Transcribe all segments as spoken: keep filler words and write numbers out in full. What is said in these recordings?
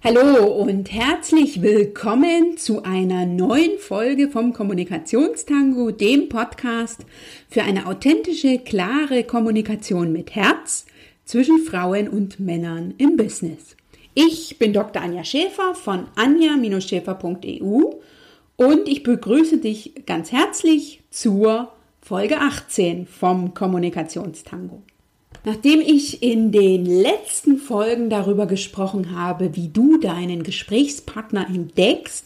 Hallo und herzlich willkommen zu einer neuen Folge vom Kommunikationstango, dem Podcast für eine authentische, klare Kommunikation mit Herz zwischen Frauen und Männern im Business. Ich bin Doktor Anja Schäfer von anja Bindestrich schäfer Punkt e u und ich begrüße dich ganz herzlich zur Folge achtzehn vom Kommunikationstango. Nachdem ich in den letzten Folgen darüber gesprochen habe, wie du deinen Gesprächspartner entdeckst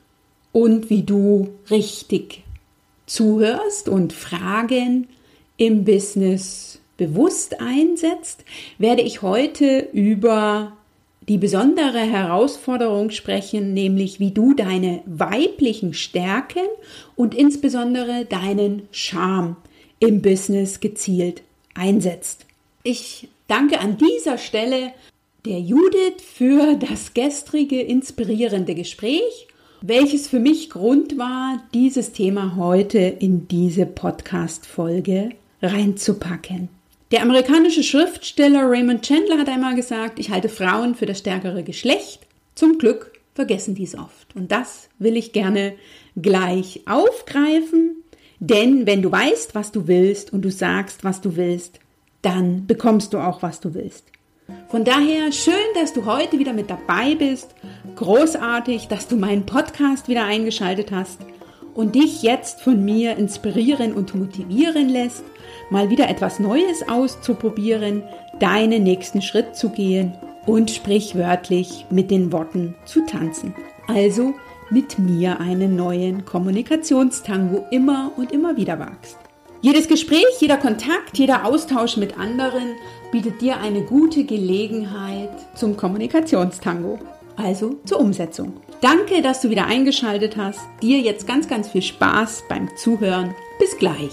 und wie du richtig zuhörst und Fragen im Business bewusst einsetzt, werde ich heute über die besondere Herausforderung sprechen, nämlich wie du deine weiblichen Stärken und insbesondere deinen Charme im Business gezielt einsetzt. Ich danke an dieser Stelle der Judith für das gestrige inspirierende Gespräch, welches für mich Grund war, dieses Thema heute in diese Podcast-Folge reinzupacken. Der amerikanische Schriftsteller Raymond Chandler hat einmal gesagt, ich halte Frauen für das stärkere Geschlecht. Zum Glück vergessen die es oft. Und das will ich gerne gleich aufgreifen, denn wenn du weißt, was du willst und du sagst, was du willst, dann bekommst du auch, was du willst. Von daher schön, dass du heute wieder mit dabei bist. Großartig, dass du meinen Podcast wieder eingeschaltet hast und dich jetzt von mir inspirieren und motivieren lässt, mal wieder etwas Neues auszuprobieren, deinen nächsten Schritt zu gehen und sprichwörtlich mit den Worten zu tanzen. Also mit mir einen neuen Kommunikationstango immer und immer wieder wagst. Jedes Gespräch, jeder Kontakt, jeder Austausch mit anderen bietet dir eine gute Gelegenheit zum Kommunikationstango, also zur Umsetzung. Danke, dass du wieder eingeschaltet hast. Dir jetzt ganz, ganz viel Spaß beim Zuhören. Bis gleich.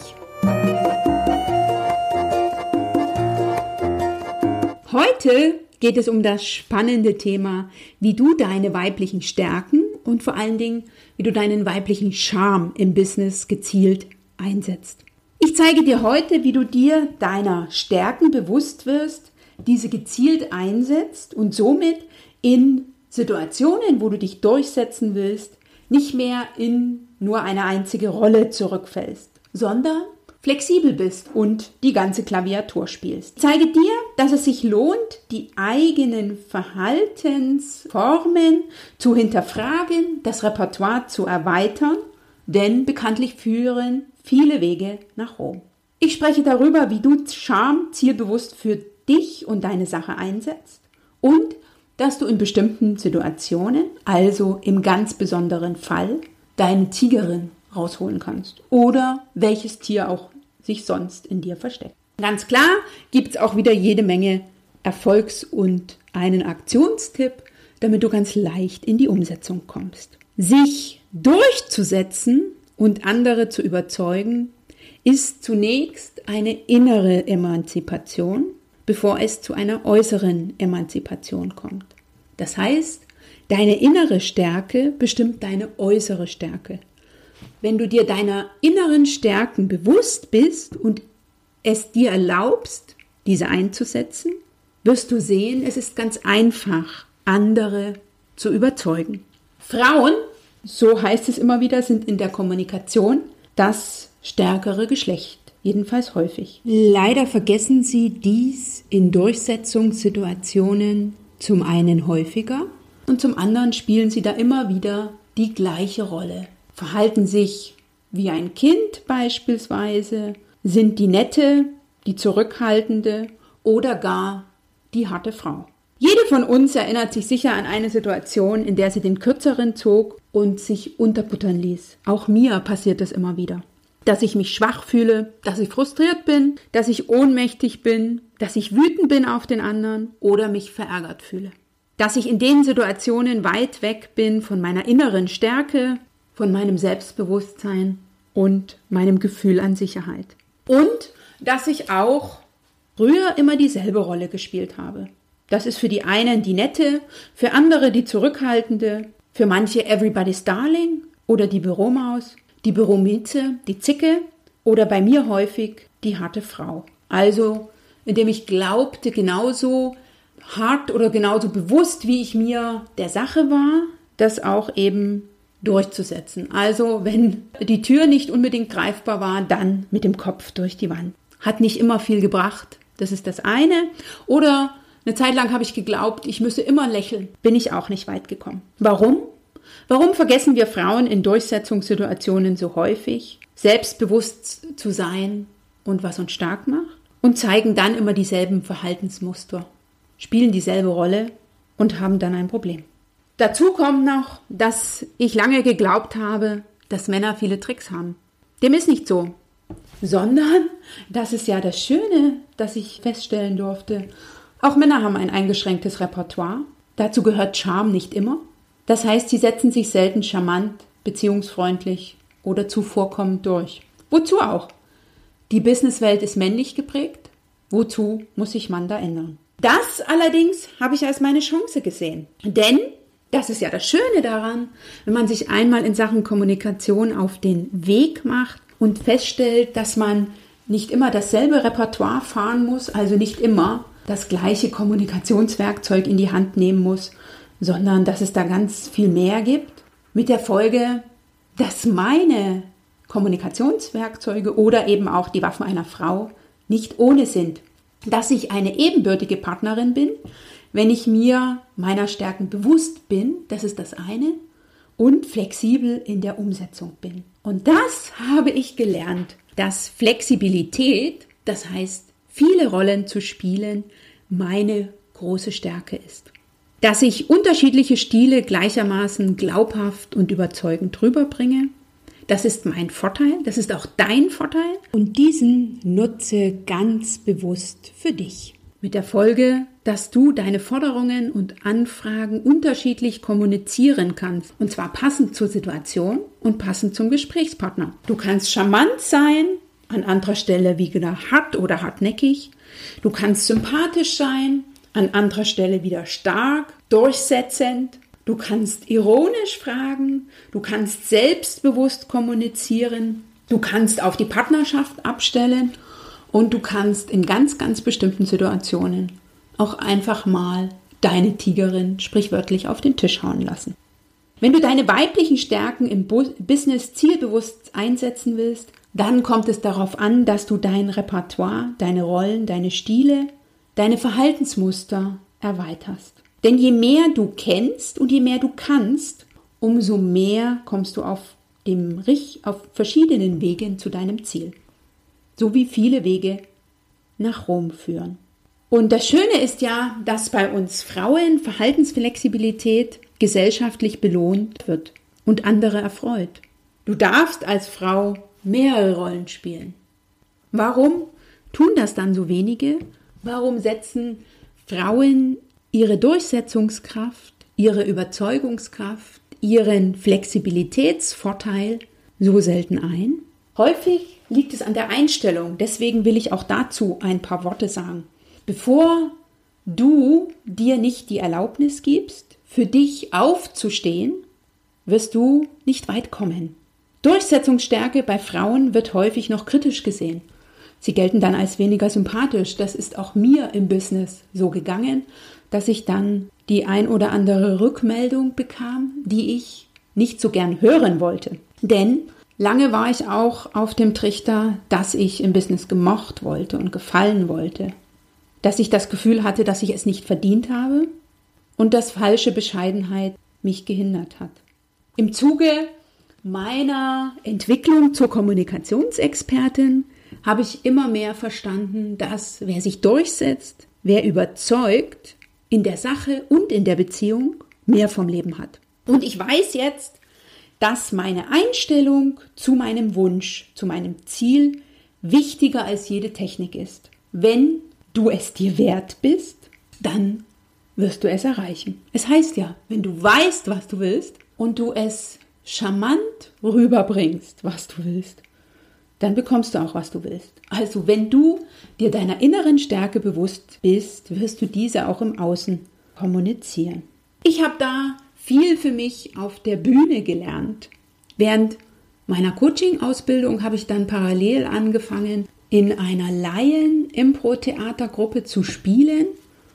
Heute geht es um das spannende Thema, wie du deine weiblichen Stärken und vor allen Dingen, wie du deinen weiblichen Charme im Business gezielt einsetzt. Ich zeige dir heute, wie du dir deiner Stärken bewusst wirst, diese gezielt einsetzt und somit in Situationen, wo du dich durchsetzen willst, nicht mehr in nur eine einzige Rolle zurückfällst, sondern flexibel bist und die ganze Klaviatur spielst. Ich zeige dir, dass es sich lohnt, die eigenen Verhaltensformen zu hinterfragen, das Repertoire zu erweitern, denn bekanntlich führen viele Wege nach Rom. Ich spreche darüber, wie du Charme zielbewusst für dich und deine Sache einsetzt und dass du in bestimmten Situationen, also im ganz besonderen Fall, deine Tigerin rausholen kannst oder welches Tier auch sich sonst in dir versteckt. Ganz klar gibt es auch wieder jede Menge Erfolgs- und einen Aktionstipp, damit du ganz leicht in die Umsetzung kommst. Sich durchzusetzen und andere zu überzeugen, ist zunächst eine innere Emanzipation, bevor es zu einer äußeren Emanzipation kommt. Das heißt, deine innere Stärke bestimmt deine äußere Stärke. Wenn du dir deiner inneren Stärken bewusst bist und es dir erlaubst, diese einzusetzen, wirst du sehen, es ist ganz einfach, andere zu überzeugen. Frauen, so heißt es immer wieder, sind in der Kommunikation das stärkere Geschlecht, jedenfalls häufig. Leider vergessen sie dies in Durchsetzungssituationen zum einen häufiger und zum anderen spielen sie da immer wieder die gleiche Rolle. Verhalten sich wie ein Kind beispielsweise, sind die nette, die zurückhaltende oder gar die harte Frau. Jede von uns erinnert sich sicher an eine Situation, in der sie den Kürzeren zog und sich unterbuttern ließ. Auch mir passiert es immer wieder. Dass ich mich schwach fühle, dass ich frustriert bin, dass ich ohnmächtig bin, dass ich wütend bin auf den anderen oder mich verärgert fühle. Dass ich in den Situationen weit weg bin von meiner inneren Stärke, von meinem Selbstbewusstsein und meinem Gefühl an Sicherheit. Und dass ich auch früher immer dieselbe Rolle gespielt habe. Das ist für die einen die nette, für andere die zurückhaltende, für manche Everybody's Darling oder die Büromaus, die Büromieze, die Zicke oder bei mir häufig die harte Frau. Also, indem ich glaubte, genauso hart oder genauso bewusst, wie ich mir der Sache war, das auch eben durchzusetzen. Also wenn die Tür nicht unbedingt greifbar war, dann mit dem Kopf durch die Wand. Hat nicht immer viel gebracht, das ist das eine. Oder eine Zeit lang habe ich geglaubt, ich müsse immer lächeln. Bin ich auch nicht weit gekommen. Warum? Warum vergessen wir Frauen in Durchsetzungssituationen so häufig, selbstbewusst zu sein und was uns stark macht? Und zeigen dann immer dieselben Verhaltensmuster, spielen dieselbe Rolle und haben dann ein Problem. Dazu kommt noch, dass ich lange geglaubt habe, dass Männer viele Tricks haben. Dem ist nicht so, sondern das ist ja das Schöne, dass ich feststellen durfte, auch Männer haben ein eingeschränktes Repertoire. Dazu gehört Charme nicht immer. Das heißt, sie setzen sich selten charmant, beziehungsfreundlich oder zuvorkommend durch. Wozu auch? Die Businesswelt ist männlich geprägt. Wozu muss sich Mann da ändern? Das allerdings habe ich als meine Chance gesehen. Denn, das ist ja das Schöne daran, wenn man sich einmal in Sachen Kommunikation auf den Weg macht und feststellt, dass man nicht immer dasselbe Repertoire fahren muss, also nicht immer das gleiche Kommunikationswerkzeug in die Hand nehmen muss, sondern dass es da ganz viel mehr gibt, mit der Folge, dass meine Kommunikationswerkzeuge oder eben auch die Waffen einer Frau nicht ohne sind. Dass ich eine ebenbürtige Partnerin bin, wenn ich mir meiner Stärken bewusst bin, das ist das eine, und flexibel in der Umsetzung bin. Und das habe ich gelernt, dass Flexibilität, das heißt viele Rollen zu spielen, meine große Stärke ist. Dass ich unterschiedliche Stile gleichermaßen glaubhaft und überzeugend rüberbringe, das ist mein Vorteil, das ist auch dein Vorteil und diesen nutze ganz bewusst für dich. Mit der Folge, dass du deine Forderungen und Anfragen unterschiedlich kommunizieren kannst und zwar passend zur Situation und passend zum Gesprächspartner. Du kannst charmant sein, an anderer Stelle wieder hart oder hartnäckig. Du kannst sympathisch sein, an anderer Stelle wieder stark, durchsetzend. Du kannst ironisch fragen, du kannst selbstbewusst kommunizieren, du kannst auf die Partnerschaft abstellen und du kannst in ganz, ganz bestimmten Situationen auch einfach mal deine Tigerin sprichwörtlich auf den Tisch hauen lassen. Wenn du deine weiblichen Stärken im Business zielbewusst einsetzen willst, dann kommt es darauf an, dass du dein Repertoire, deine Rollen, deine Stile, deine Verhaltensmuster erweiterst. Denn je mehr du kennst und je mehr du kannst, umso mehr kommst du auf, dem, auf verschiedenen Wegen zu deinem Ziel. So wie viele Wege nach Rom führen. Und das Schöne ist ja, dass bei uns Frauen Verhaltensflexibilität gesellschaftlich belohnt wird und andere erfreut. Du darfst als Frau mehrere Rollen spielen. Warum tun das dann so wenige? Warum setzen Frauen ihre Durchsetzungskraft, ihre Überzeugungskraft, ihren Flexibilitätsvorteil so selten ein? Häufig liegt es an der Einstellung, deswegen will ich auch dazu ein paar Worte sagen. Bevor du dir nicht die Erlaubnis gibst, für dich aufzustehen, wirst du nicht weit kommen. Durchsetzungsstärke bei Frauen wird häufig noch kritisch gesehen. Sie gelten dann als weniger sympathisch. Das ist auch mir im Business so gegangen, dass ich dann die ein oder andere Rückmeldung bekam, die ich nicht so gern hören wollte. Denn lange war ich auch auf dem Trichter, dass ich im Business gemocht wollte und gefallen wollte. Dass ich das Gefühl hatte, dass ich es nicht verdient habe und dass falsche Bescheidenheit mich gehindert hat. Im Zuge meiner Entwicklung zur Kommunikationsexpertin habe ich immer mehr verstanden, dass wer sich durchsetzt, wer überzeugt, in der Sache und in der Beziehung mehr vom Leben hat. Und ich weiß jetzt, dass meine Einstellung zu meinem Wunsch, zu meinem Ziel wichtiger als jede Technik ist. Wenn du es dir wert bist, dann wirst du es erreichen. Es heißt ja, wenn du weißt, was du willst und du es charmant rüberbringst, was du willst, dann bekommst du auch, was du willst. Also wenn du dir deiner inneren Stärke bewusst bist, wirst du diese auch im Außen kommunizieren. Ich habe da viel für mich auf der Bühne gelernt. Während meiner Coaching-Ausbildung habe ich dann parallel angefangen, in einer Laien-Impro-Theatergruppe zu spielen,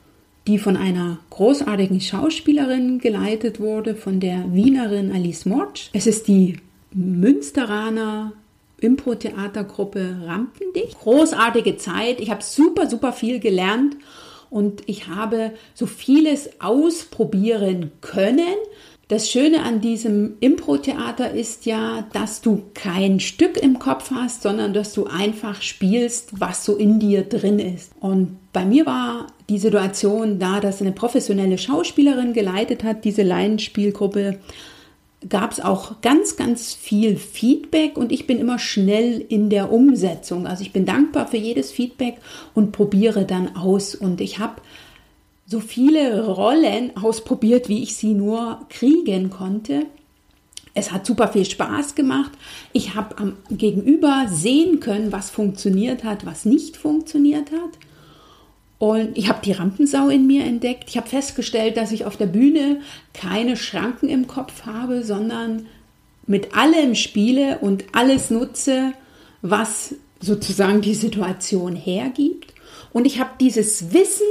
die von einer großartigen Schauspielerin geleitet wurde, von der Wienerin Alice Motsch. Es ist die Münsteraner Impro-Theatergruppe Rampendicht. Großartige Zeit. Ich habe super, super viel gelernt und ich habe so vieles ausprobieren können. Das Schöne an diesem Impro-Theater ist ja, dass du kein Stück im Kopf hast, sondern dass du einfach spielst, was so in dir drin ist. Und bei mir war die Situation da, dass eine professionelle Schauspielerin geleitet hat, diese Laienspielgruppe, gab es auch ganz, ganz viel Feedback und ich bin immer schnell in der Umsetzung. Also ich bin dankbar für jedes Feedback und probiere dann aus. Und ich habe so viele Rollen ausprobiert, wie ich sie nur kriegen konnte. Es hat super viel Spaß gemacht. Ich habe am Gegenüber sehen können, was funktioniert hat, was nicht funktioniert hat. Und ich habe die Rampensau in mir entdeckt. Ich habe festgestellt, dass ich auf der Bühne keine Schranken im Kopf habe, sondern mit allem spiele und alles nutze, was sozusagen die Situation hergibt. Und ich habe dieses Wissen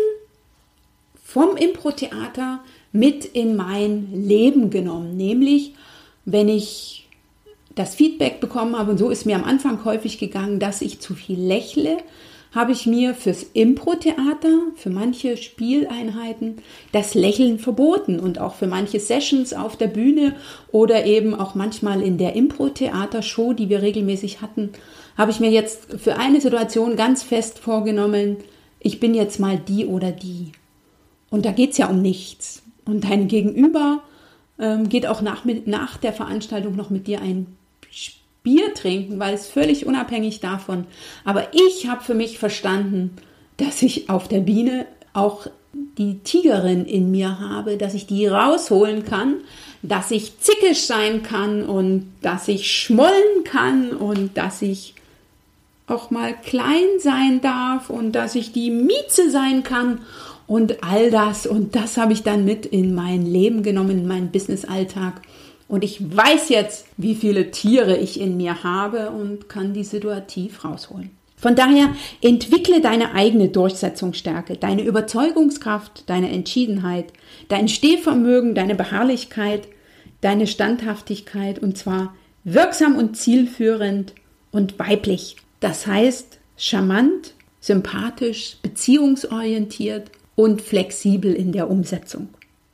vom Impro-Theater mit in mein Leben genommen. Nämlich, wenn ich das Feedback bekommen habe, und so ist mir am Anfang häufig gegangen, dass ich zu viel lächle, habe ich mir fürs Impro-Theater, für manche Spieleinheiten, das Lächeln verboten und auch für manche Sessions auf der Bühne oder eben auch manchmal in der Impro-Theater-Show, die wir regelmäßig hatten, habe ich mir jetzt für eine Situation ganz fest vorgenommen, ich bin jetzt mal die oder die. Und da geht es ja um nichts. Und dein Gegenüber ähm, geht auch nach, mit, nach der Veranstaltung noch mit dir ein Bier trinken, weil es völlig unabhängig davon. Aber ich habe für mich verstanden, dass ich auf der Bühne auch die Tigerin in mir habe, dass ich die rausholen kann, dass ich zickisch sein kann und dass ich schmollen kann und dass ich auch mal klein sein darf und dass ich die Mieze sein kann und all das. Und das habe ich dann mit in mein Leben genommen, in meinen Business-Alltag. Und ich weiß jetzt, wie viele Tiere ich in mir habe und kann die situativ rausholen. Von daher entwickle deine eigene Durchsetzungsstärke, deine Überzeugungskraft, deine Entschiedenheit, dein Stehvermögen, deine Beharrlichkeit, deine Standhaftigkeit und zwar wirksam und zielführend und weiblich. Das heißt charmant, sympathisch, beziehungsorientiert und flexibel in der Umsetzung.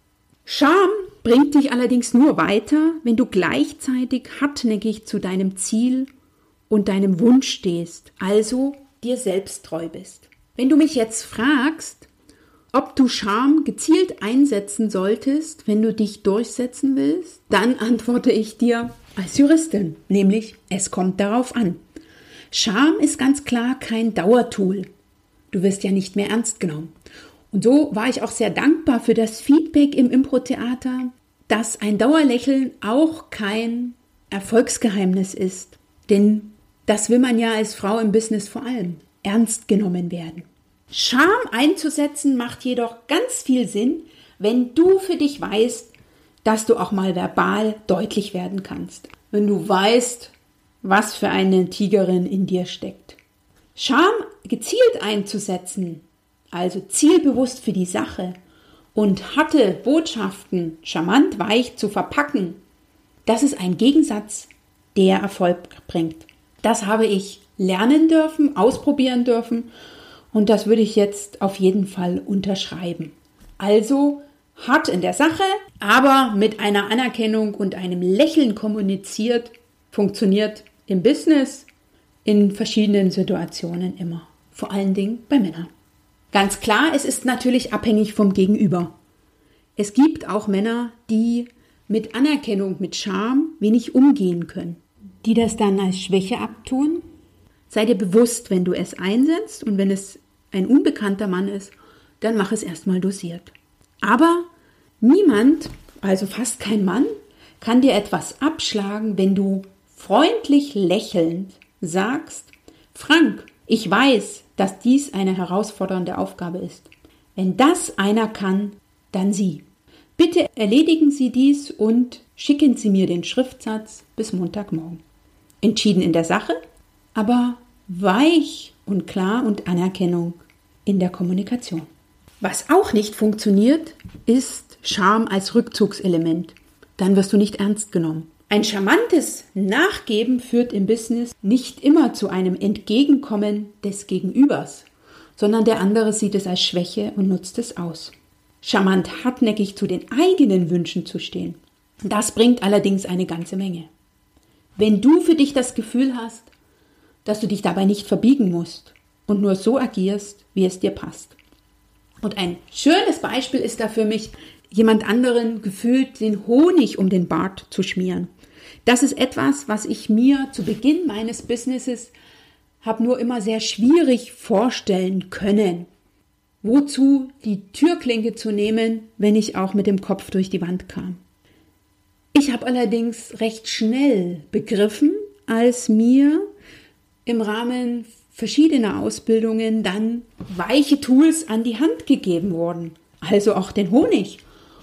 Charme bringt dich allerdings nur weiter, wenn du gleichzeitig hartnäckig zu deinem Ziel und deinem Wunsch stehst, also dir selbst treu bist. Wenn du mich jetzt fragst, ob du Charme gezielt einsetzen solltest, wenn du dich durchsetzen willst, dann antworte ich dir als Juristin, nämlich es kommt darauf an. Charme ist ganz klar kein Dauertool. Du wirst ja nicht mehr ernst genommen. Und so war ich auch sehr dankbar für das Feedback im Impro-Theater, dass ein Dauerlächeln auch kein Erfolgsgeheimnis ist. Denn das will man ja als Frau im Business vor allem, ernst genommen werden. Charme einzusetzen macht jedoch ganz viel Sinn, wenn du für dich weißt, dass du auch mal verbal deutlich werden kannst. Wenn du weißt, was für eine Tigerin in dir steckt. Charme gezielt einzusetzen, also zielbewusst für die Sache und harte Botschaften charmant weich zu verpacken, das ist ein Gegensatz, der Erfolg bringt. Das habe ich lernen dürfen, ausprobieren dürfen und das würde ich jetzt auf jeden Fall unterschreiben. Also hart in der Sache, aber mit einer Anerkennung und einem Lächeln kommuniziert, funktioniert im Business in verschiedenen Situationen immer, vor allen Dingen bei Männern. Ganz klar, es ist natürlich abhängig vom Gegenüber. Es gibt auch Männer, die mit Anerkennung, mit Charme wenig umgehen können, die das dann als Schwäche abtun. Sei dir bewusst, wenn du es einsetzt und wenn es ein unbekannter Mann ist, dann mach es erstmal dosiert. Aber niemand, also fast kein Mann, kann dir etwas abschlagen, wenn du freundlich lächelnd sagst, Frank, ich weiß, dass dies eine herausfordernde Aufgabe ist. Wenn das einer kann, dann Sie. Bitte erledigen Sie dies und schicken Sie mir den Schriftsatz bis Montagmorgen. Entschieden in der Sache, aber weich und klar und Anerkennung in der Kommunikation. Was auch nicht funktioniert, ist Charme als Rückzugselement. Dann wirst du nicht ernst genommen. Ein charmantes Nachgeben führt im Business nicht immer zu einem Entgegenkommen des Gegenübers, sondern der andere sieht es als Schwäche und nutzt es aus. Charmant hartnäckig zu den eigenen Wünschen zu stehen, das bringt allerdings eine ganze Menge. Wenn du für dich das Gefühl hast, dass du dich dabei nicht verbiegen musst und nur so agierst, wie es dir passt. Und ein schönes Beispiel ist da für mich, jemand anderen gefühlt den Honig um den Bart zu schmieren. Das ist etwas, was ich mir zu Beginn meines Businesses habe nur immer sehr schwierig vorstellen können. Wozu die Türklinke zu nehmen, wenn ich auch mit dem Kopf durch die Wand kam. Ich habe allerdings recht schnell begriffen, als mir im Rahmen verschiedener Ausbildungen dann weiche Tools an die Hand gegeben wurden. Also auch den Honig.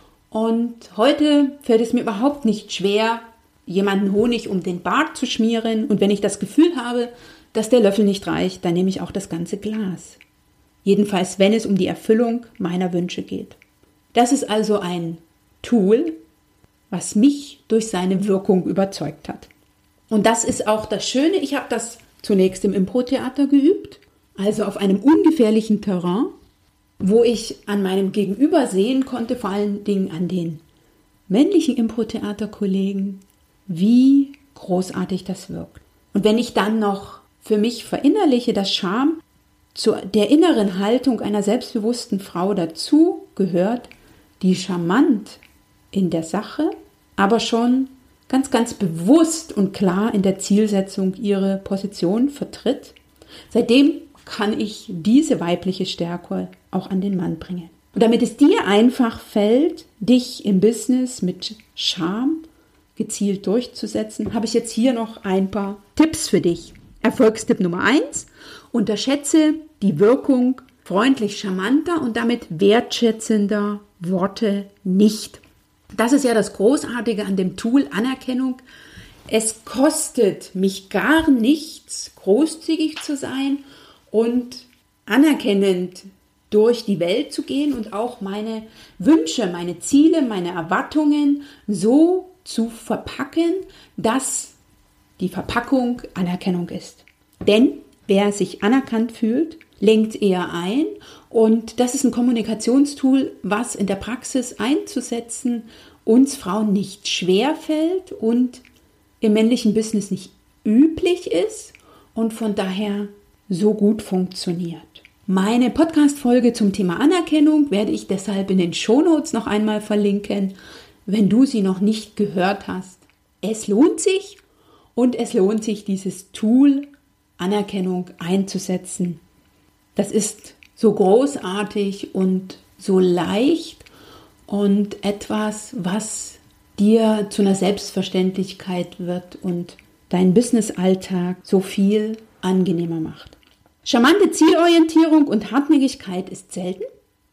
Und heute fällt es mir überhaupt nicht schwer, jemanden Honig um den Bart zu schmieren. Und wenn ich das Gefühl habe, dass der Löffel nicht reicht, dann nehme ich auch das ganze Glas. Jedenfalls, wenn es um die Erfüllung meiner Wünsche geht. Das ist also ein Tool, was mich durch seine Wirkung überzeugt hat. Und das ist auch das Schöne. Ich habe das zunächst im Impro-Theater geübt, also auf einem ungefährlichen Terrain, wo ich an meinem Gegenüber sehen konnte, vor allen Dingen an den männlichen Impro-Theater-Kollegen, wie großartig das wirkt. Und wenn ich dann noch für mich verinnerliche, dass Charme zu der inneren Haltung einer selbstbewussten Frau dazu gehört, die charmant in der Sache, aber schon ganz, ganz bewusst und klar in der Zielsetzung ihre Position vertritt. Seitdem kann ich diese weibliche Stärke auch an den Mann bringen. Und damit es dir einfach fällt, dich im Business mit Charme gezielt durchzusetzen, habe ich jetzt hier noch ein paar Tipps für dich. Erfolgstipp Nummer eins: Unterschätze die Wirkung freundlich charmanter und damit wertschätzender Worte nicht. Das ist ja das Großartige an dem Tool Anerkennung. Es kostet mich gar nichts, großzügig zu sein und anerkennend durch die Welt zu gehen und auch meine Wünsche, meine Ziele, meine Erwartungen so zu verpacken, dass die Verpackung Anerkennung ist. Denn wer sich anerkannt fühlt, lenkt eher ein, und das ist ein Kommunikationstool, was in der Praxis einzusetzen uns Frauen nicht schwer fällt und im männlichen Business nicht üblich ist und von daher so gut funktioniert. Meine Podcast-Folge zum Thema Anerkennung werde ich deshalb in den Shownotes noch einmal verlinken, wenn du sie noch nicht gehört hast. Es lohnt sich und es lohnt sich, dieses Tool Anerkennung einzusetzen. Das ist so großartig und so leicht und etwas, was dir zu einer Selbstverständlichkeit wird und deinen Business-Alltag so viel angenehmer macht. Charmante Zielorientierung und Hartnäckigkeit ist selten.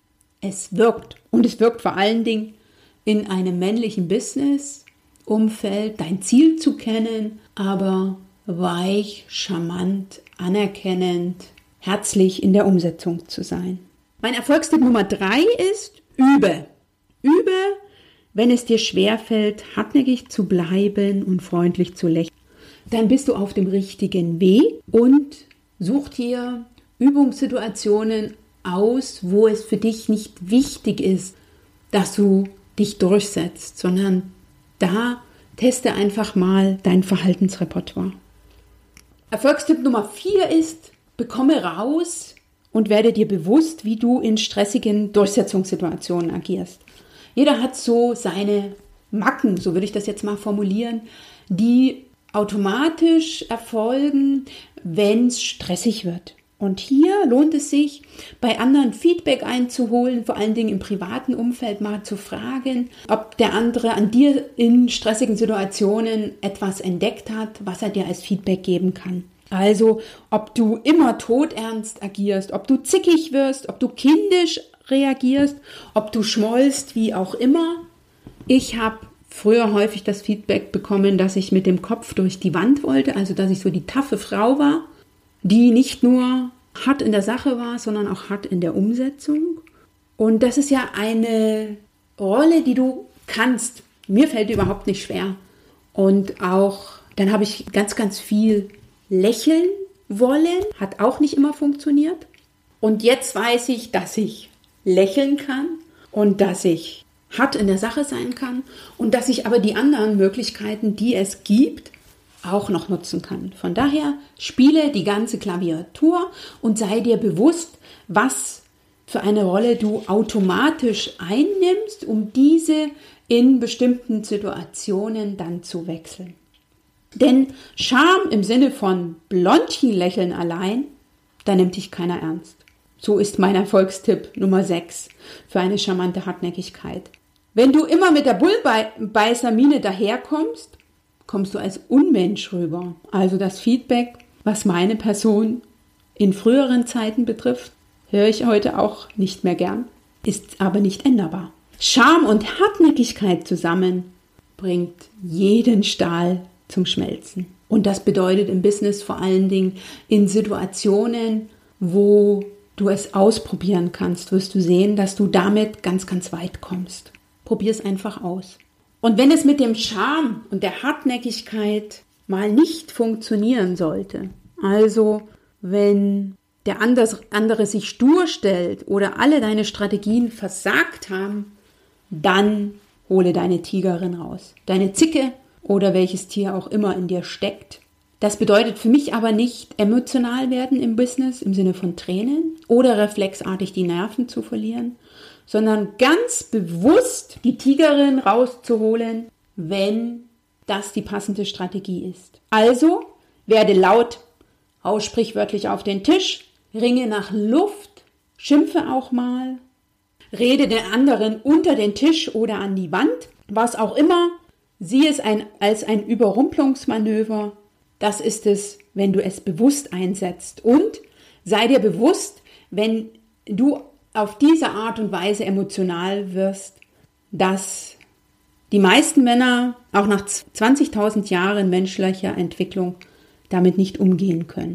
Es wirkt und es wirkt vor allen Dingen in einem männlichen Business-Umfeld, dein Ziel zu kennen, aber weich, charmant, anerkennend, herzlich in der Umsetzung zu sein. Mein Erfolgstipp Nummer drei ist, übe. Übe, wenn es dir schwerfällt, hartnäckig zu bleiben und freundlich zu lächeln. Dann bist du auf dem richtigen Weg und such dir Übungssituationen aus, wo es für dich nicht wichtig ist, dass du dich durchsetzt, sondern da teste einfach mal dein Verhaltensrepertoire. Erfolgstipp Nummer vier ist, bekomme raus und werde dir bewusst, wie du in stressigen Durchsetzungssituationen agierst. Jeder hat so seine Macken, so würde ich das jetzt mal formulieren, die automatisch erfolgen, wenn es stressig wird. Und hier lohnt es sich, bei anderen Feedback einzuholen, vor allen Dingen im privaten Umfeld mal zu fragen, ob der andere an dir in stressigen Situationen etwas entdeckt hat, was er dir als Feedback geben kann. Also, ob du immer todernst agierst, ob du zickig wirst, ob du kindisch reagierst, ob du schmollst, wie auch immer. Ich habe früher häufig das Feedback bekommen, dass ich mit dem Kopf durch die Wand wollte, also dass ich so die taffe Frau war, die nicht nur hart in der Sache war, sondern auch hart in der Umsetzung. Und das ist ja eine Rolle, die du kannst. Mir fällt die überhaupt nicht schwer. Und auch, dann habe ich ganz, ganz viel lächeln wollen. Hat auch nicht immer funktioniert. Und jetzt weiß ich, dass ich lächeln kann und dass ich hart in der Sache sein kann und dass ich aber die anderen Möglichkeiten, die es gibt, auch noch nutzen kann. Von daher spiele die ganze Klaviatur und sei dir bewusst, was für eine Rolle du automatisch einnimmst, um diese in bestimmten Situationen dann zu wechseln. Denn Charme im Sinne von Blondchen-Lächeln allein, da nimmt dich keiner ernst. So ist mein Erfolgstipp Nummer sechs für eine charmante Hartnäckigkeit. Wenn du immer mit der Bullbeißer-Miene daherkommst, kommst du als Unmensch rüber. Also das Feedback, was meine Person in früheren Zeiten betrifft, höre ich heute auch nicht mehr gern, ist aber nicht änderbar. Charme und Hartnäckigkeit zusammen bringt jeden Stahl zum Schmelzen. Und das bedeutet im Business vor allen Dingen in Situationen, wo du es ausprobieren kannst, wirst du sehen, dass du damit ganz, ganz weit kommst. Probier es einfach aus. Und wenn es mit dem Charme und der Hartnäckigkeit mal nicht funktionieren sollte, also wenn der andere sich stur stellt oder alle deine Strategien versagt haben, dann hole deine Tigerin raus. Deine Zicke oder welches Tier auch immer in dir steckt. Das bedeutet für mich aber nicht emotional werden im Business im Sinne von Tränen oder reflexartig die Nerven zu verlieren, sondern ganz bewusst die Tigerin rauszuholen, wenn das die passende Strategie ist. Also werde laut, hau sprichwörtlich auf den Tisch, ringe nach Luft, schimpfe auch mal, rede den anderen unter den Tisch oder an die Wand, was auch immer, sieh es ein, als ein Überrumpelungsmanöver. Das ist es, wenn du es bewusst einsetzt. Und sei dir bewusst, wenn du auf diese Art und Weise emotional wirst, dass die meisten Männer auch nach zwanzigtausend Jahren menschlicher Entwicklung damit nicht umgehen können.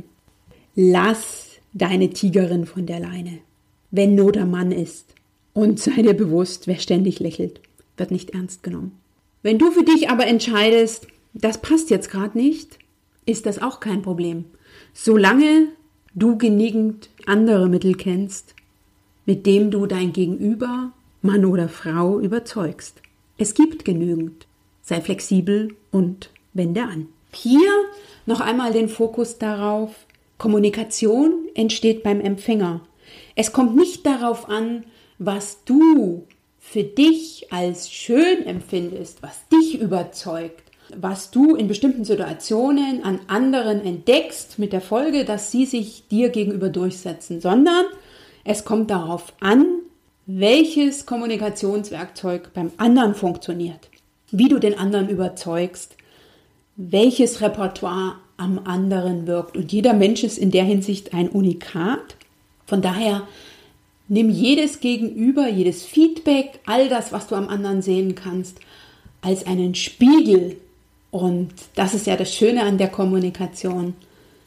Lass deine Tigerin von der Leine, wenn Not am Mann ist. Und sei dir bewusst, wer ständig lächelt, wird nicht ernst genommen. Wenn du für dich aber entscheidest, das passt jetzt gerade nicht, ist das auch kein Problem. Solange du genügend andere Mittel kennst, mit dem du dein Gegenüber, Mann oder Frau, überzeugst. Es gibt genügend. Sei flexibel und wende an. Hier noch einmal den Fokus darauf, Kommunikation entsteht beim Empfänger. Es kommt nicht darauf an, was du für dich als schön empfindest, was dich überzeugt, was du in bestimmten Situationen an anderen entdeckst, mit der Folge, dass sie sich dir gegenüber durchsetzen, sondern es kommt darauf an, welches Kommunikationswerkzeug beim anderen funktioniert, wie du den anderen überzeugst, welches Repertoire am anderen wirkt. Und jeder Mensch ist in der Hinsicht ein Unikat. Von daher nimm jedes Gegenüber, jedes Feedback, all das, was du am anderen sehen kannst, als einen Spiegel. Und das ist ja das Schöne an der Kommunikation.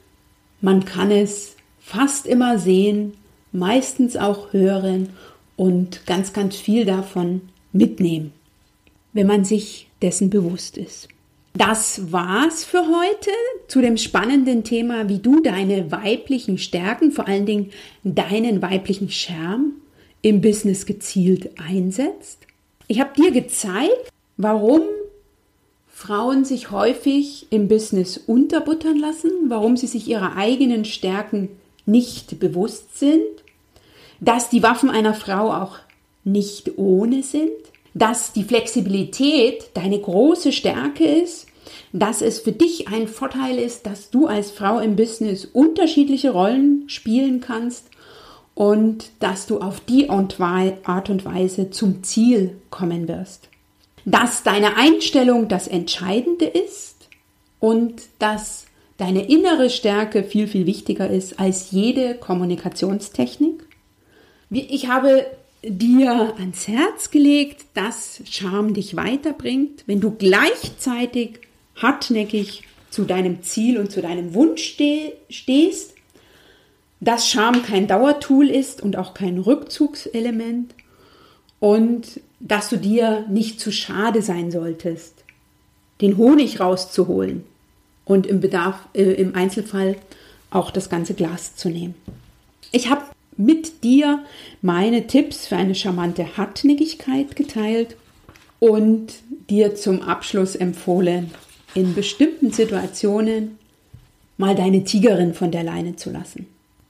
Man kann es fast immer sehen, meistens auch hören und ganz, ganz viel davon mitnehmen, wenn man sich dessen bewusst ist. Das war's für heute zu dem spannenden Thema, wie du deine weiblichen Stärken, vor allen Dingen deinen weiblichen Charme im Business gezielt einsetzt. Ich habe dir gezeigt, warum Frauen sich häufig im Business unterbuttern lassen, warum sie sich ihrer eigenen Stärken nicht bewusst sind, dass die Waffen einer Frau auch nicht ohne sind, dass die Flexibilität deine große Stärke ist, dass es für dich ein Vorteil ist, dass du als Frau im Business unterschiedliche Rollen spielen kannst und dass du auf die Art und Weise zum Ziel kommen wirst. Dass deine Einstellung das Entscheidende ist und dass deine innere Stärke viel, viel wichtiger ist als jede Kommunikationstechnik. Ich habe dir ans Herz gelegt, dass Charme dich weiterbringt, wenn du gleichzeitig hartnäckig zu deinem Ziel und zu deinem Wunsch ste- stehst, dass Charme kein Dauertool ist und auch kein Rückzugselement und dass du dir nicht zu schade sein solltest, den Honig rauszuholen und im Bedarf, äh, im Einzelfall auch das ganze Glas zu nehmen. Ich habe mit dir meine Tipps für eine charmante Hartnäckigkeit geteilt und dir zum Abschluss empfohlen, in bestimmten Situationen mal deine Tigerin von der Leine zu lassen,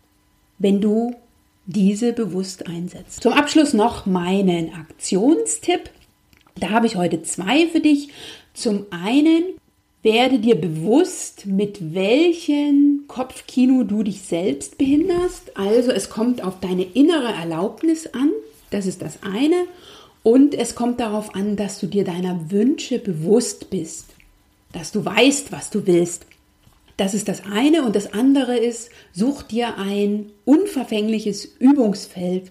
wenn du diese bewusst einsetzt. Zum Abschluss noch meinen Aktionstipp. Da habe ich heute zwei für dich. Zum einen, werde dir bewusst, mit welchem Kopfkino du dich selbst behinderst. Also es kommt auf deine innere Erlaubnis an, das ist das eine. Und es kommt darauf an, dass du dir deiner Wünsche bewusst bist, dass du weißt, was du willst. Das ist das eine. Und das andere ist, such dir ein unverfängliches Übungsfeld.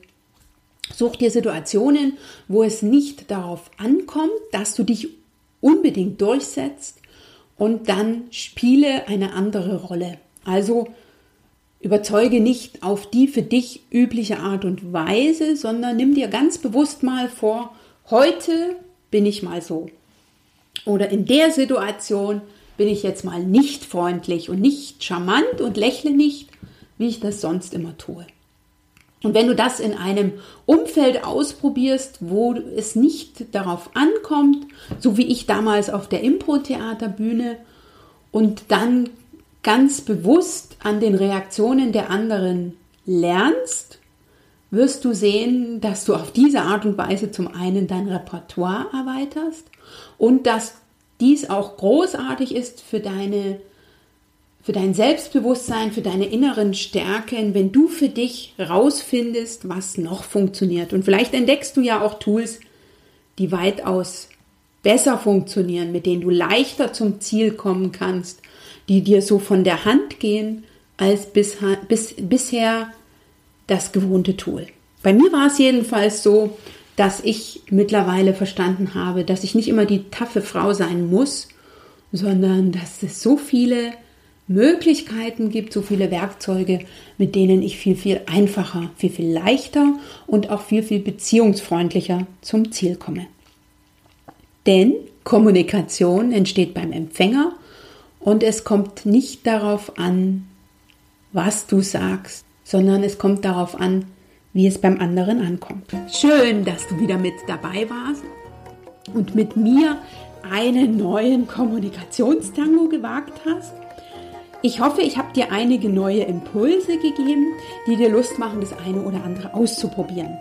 Such dir Situationen, wo es nicht darauf ankommt, dass du dich unbedingt durchsetzt, und dann spiele eine andere Rolle. Also überzeuge nicht auf die für dich übliche Art und Weise, sondern nimm dir ganz bewusst mal vor, heute bin ich mal so. Oder in der Situation bin ich jetzt mal nicht freundlich und nicht charmant und lächle nicht, wie ich das sonst immer tue. Und wenn du das in einem Umfeld ausprobierst, wo es nicht darauf ankommt, so wie ich damals auf der Impro-Theaterbühne, und dann ganz bewusst an den Reaktionen der anderen lernst, wirst du sehen, dass du auf diese Art und Weise zum einen dein Repertoire erweiterst und dass dies auch großartig ist für deine für dein Selbstbewusstsein, für deine inneren Stärken, wenn du für dich rausfindest, was noch funktioniert. Und vielleicht entdeckst du ja auch Tools, die weitaus besser funktionieren, mit denen du leichter zum Ziel kommen kannst, die dir so von der Hand gehen, als bis, bis, bisher das gewohnte Tool. Bei mir war es jedenfalls so, dass ich mittlerweile verstanden habe, dass ich nicht immer die taffe Frau sein muss, sondern dass es so viele Möglichkeiten gibt, so viele Werkzeuge, mit denen ich viel, viel einfacher, viel, viel leichter und auch viel, viel beziehungsfreundlicher zum Ziel komme. Denn Kommunikation entsteht beim Empfänger und es kommt nicht darauf an, was du sagst, sondern es kommt darauf an, wie es beim anderen ankommt. Schön, dass du wieder mit dabei warst und mit mir einen neuen Kommunikationstango gewagt hast. Ich hoffe, ich habe dir einige neue Impulse gegeben, die dir Lust machen, das eine oder andere auszuprobieren.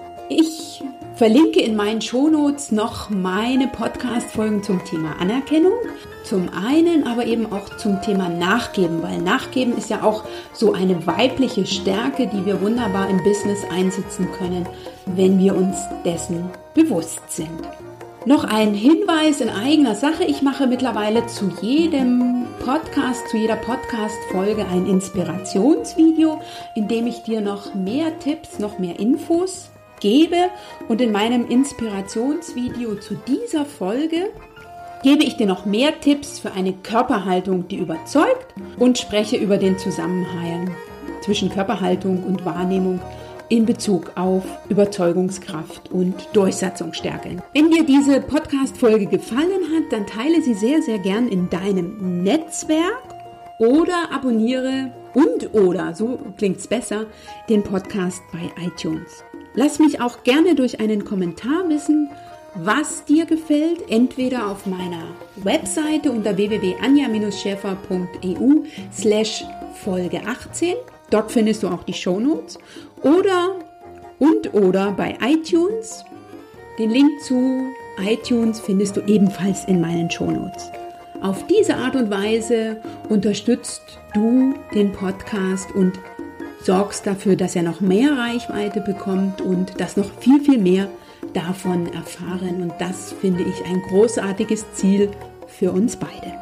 Ich verlinke in meinen Shownotes noch meine Podcast-Folgen zum Thema Anerkennung. Zum einen, aber eben auch zum Thema Nachgeben, weil Nachgeben ist ja auch so eine weibliche Stärke, die wir wunderbar im Business einsetzen können, wenn wir uns dessen bewusst sind. Noch ein Hinweis in eigener Sache. Ich mache mittlerweile zu jedem Podcast, zu jeder Podcast-Folge ein Inspirationsvideo, in dem ich dir noch mehr Tipps, noch mehr Infos gebe. Und in meinem Inspirationsvideo zu dieser Folge gebe ich dir noch mehr Tipps für eine Körperhaltung, die überzeugt, und spreche über den Zusammenhang zwischen Körperhaltung und Wahrnehmung in Bezug auf Überzeugungskraft und Durchsetzungsstärke. Wenn dir diese Podcast-Folge gefallen hat, dann teile sie sehr, sehr gern in deinem Netzwerk oder abonniere und oder, so klingt's besser, den Podcast bei iTunes. Lass mich auch gerne durch einen Kommentar wissen, was dir gefällt, entweder auf meiner Webseite unter w w w punkt anja Bindestrich schäfer punkt e u slash Folge achtzehn. Dort findest du auch die Shownotes. Oder und oder bei iTunes. Den Link zu iTunes findest du ebenfalls in meinen Shownotes. Auf diese Art und Weise unterstützt du den Podcast und sorgst dafür, dass er noch mehr Reichweite bekommt und dass noch viel, viel mehr davon erfahren. Und das finde ich ein großartiges Ziel für uns beide.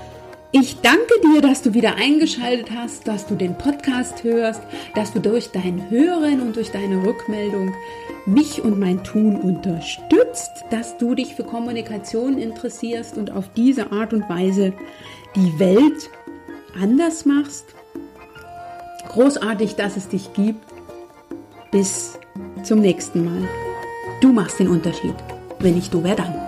Ich danke dir, dass du wieder eingeschaltet hast, dass du den Podcast hörst, dass du durch dein Hören und durch deine Rückmeldung mich und mein Tun unterstützt, dass du dich für Kommunikation interessierst und auf diese Art und Weise die Welt anders machst. Großartig, dass es dich gibt. Bis zum nächsten Mal. Du machst den Unterschied. Wenn nicht du, wer dann?